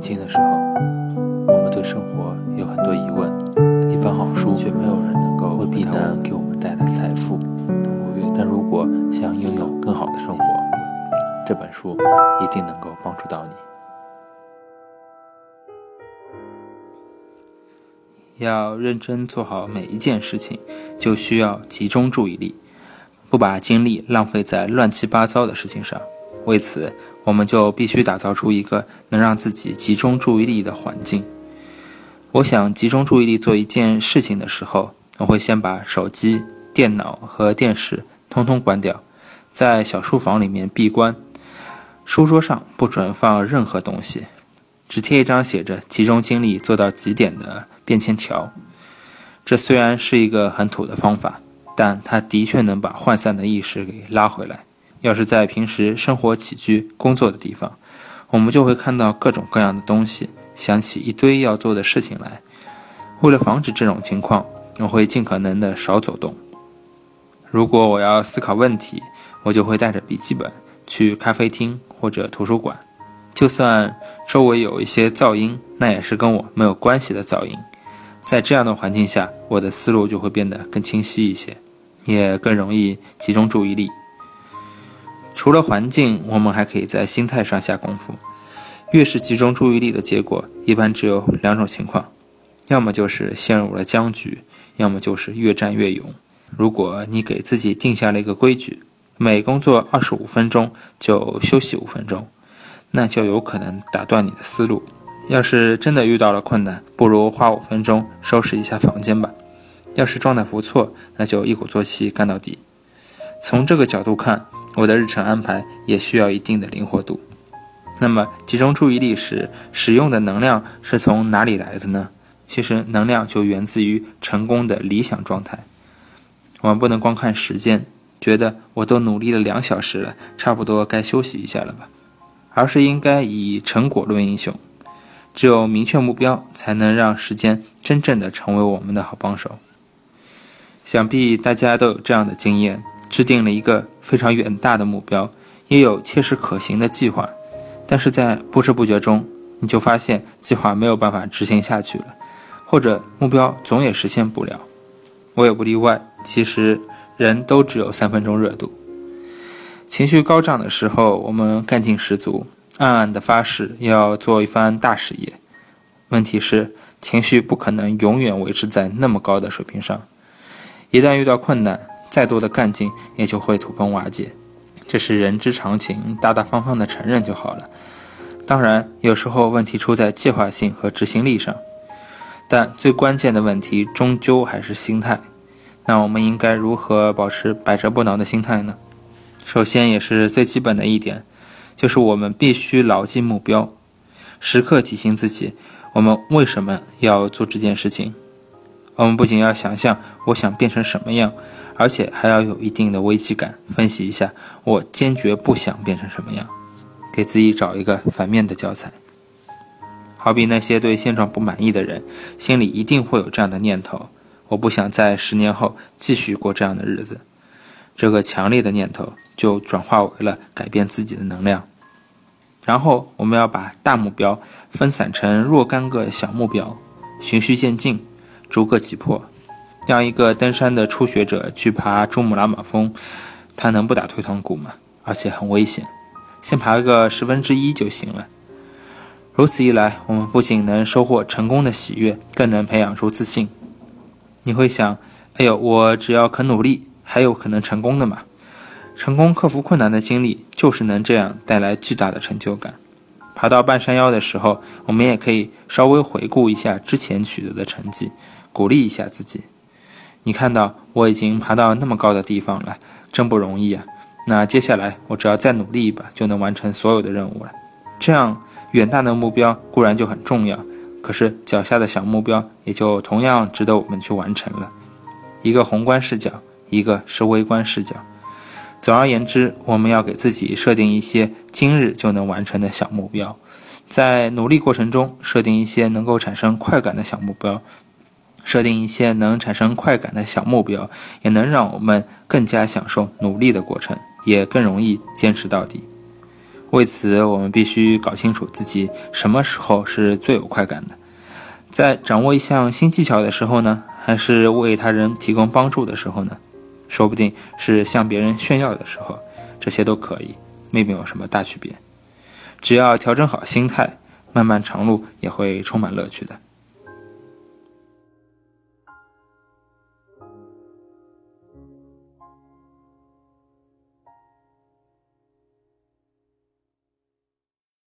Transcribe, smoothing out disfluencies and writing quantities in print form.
轻的时候，我们对生活有很多疑问，一本好书却没有人能够未必能给我们带来财富。但如果想拥有更好的生活，这本书一定能够帮助到你。要认真做好每一件事情，就需要集中注意力，不把精力浪费在乱七八糟的事情上。为此，我们就必须打造出一个能让自己集中注意力的环境。我想集中注意力做一件事情的时候，我会先把手机、电脑和电视通通关掉，在小书房里面闭关，书桌上不准放任何东西，只贴一张写着集中精力做到极点的便签条。这虽然是一个很土的方法，但它的确能把涣散的意识给拉回来。要是在平时生活起居工作的地方，我们就会看到各种各样的东西，想起一堆要做的事情来。为了防止这种情况，我会尽可能的少走动。如果我要思考问题，我就会带着笔记本去咖啡厅或者图书馆，就算周围有一些噪音，那也是跟我没有关系的噪音。在这样的环境下，我的思路就会变得更清晰一些，也更容易集中注意力。除了环境，我们还可以在心态上下功夫。越是集中注意力的结果，一般只有两种情况，要么就是陷入了僵局，要么就是越战越勇。如果你给自己定下了一个规矩，每工作25分钟就休息5分钟，那就有可能打断你的思路。要是真的遇到了困难，不如花5分钟收拾一下房间吧。要是状态不错，那就一鼓作气干到底。从这个角度看，我的日程安排也需要一定的灵活度。那么集中注意力时使用的能量是从哪里来的呢？其实能量就源自于成功的理想状态。我们不能光看时间，觉得我都努力了2小时了，差不多该休息一下了吧，而是应该以成果论英雄。只有明确目标，才能让时间真正的成为我们的好帮手。想必大家都有这样的经验，制定了一个非常远大的目标，也有切实可行的计划，但是在不知不觉中，你就发现计划没有办法执行下去了，或者目标总也实现不了。我也不例外，其实人都只有3分钟热度。情绪高涨的时候，我们干劲十足，暗暗的发誓要做一番大事业。问题是，情绪不可能永远维持在那么高的水平上，一旦遇到困难，再多的干劲也就会土崩瓦解。这是人之常情，大大方方的承认就好了。当然，有时候问题出在计划性和执行力上，但最关键的问题终究还是心态。那我们应该如何保持百折不挠的心态呢？首先也是最基本的一点，就是我们必须牢记目标，时刻提醒自己，我们为什么要做这件事情。我们不仅要想象我想变成什么样，而且还要有一定的危机感，分析一下我坚决不想变成什么样，给自己找一个反面的教材。好比那些对现状不满意的人，心里一定会有这样的念头，我不想在10年后继续过这样的日子。这个强烈的念头就转化为了改变自己的能量。然后我们要把大目标分散成若干个小目标，循序渐进，逐个击破。让一个登山的初学者去爬珠穆朗玛峰，他能不打退堂鼓吗？而且很危险，先爬个1/10就行了。如此一来，我们不仅能收获成功的喜悦，更能培养出自信。你会想，哎呦，我只要肯努力，还有可能成功的嘛？成功克服困难的经历，就是能这样带来巨大的成就感。爬到半山腰的时候，我们也可以稍微回顾一下之前取得的成绩，鼓励一下自己。你看到我已经爬到那么高的地方了，真不容易啊。那接下来我只要再努力一把，就能完成所有的任务了。这样远大的目标固然就很重要，可是脚下的小目标也就同样值得我们去完成了。一个宏观视角，一个是微观视角。总而言之，我们要给自己设定一些今日就能完成的小目标，在努力过程中设定一些能够产生快感的小目标，设定一些能产生快感的小目标，也能让我们更加享受努力的过程，也更容易坚持到底。 为此，我们必须搞清楚自己什么时候是最有快感的。在掌握一项新技巧的时候呢，还是为他人提供帮助的时候呢？说不定是向别人炫耀的时候，这些都可以，并没有什么大区别。只要调整好心态，漫漫长路也会充满乐趣的。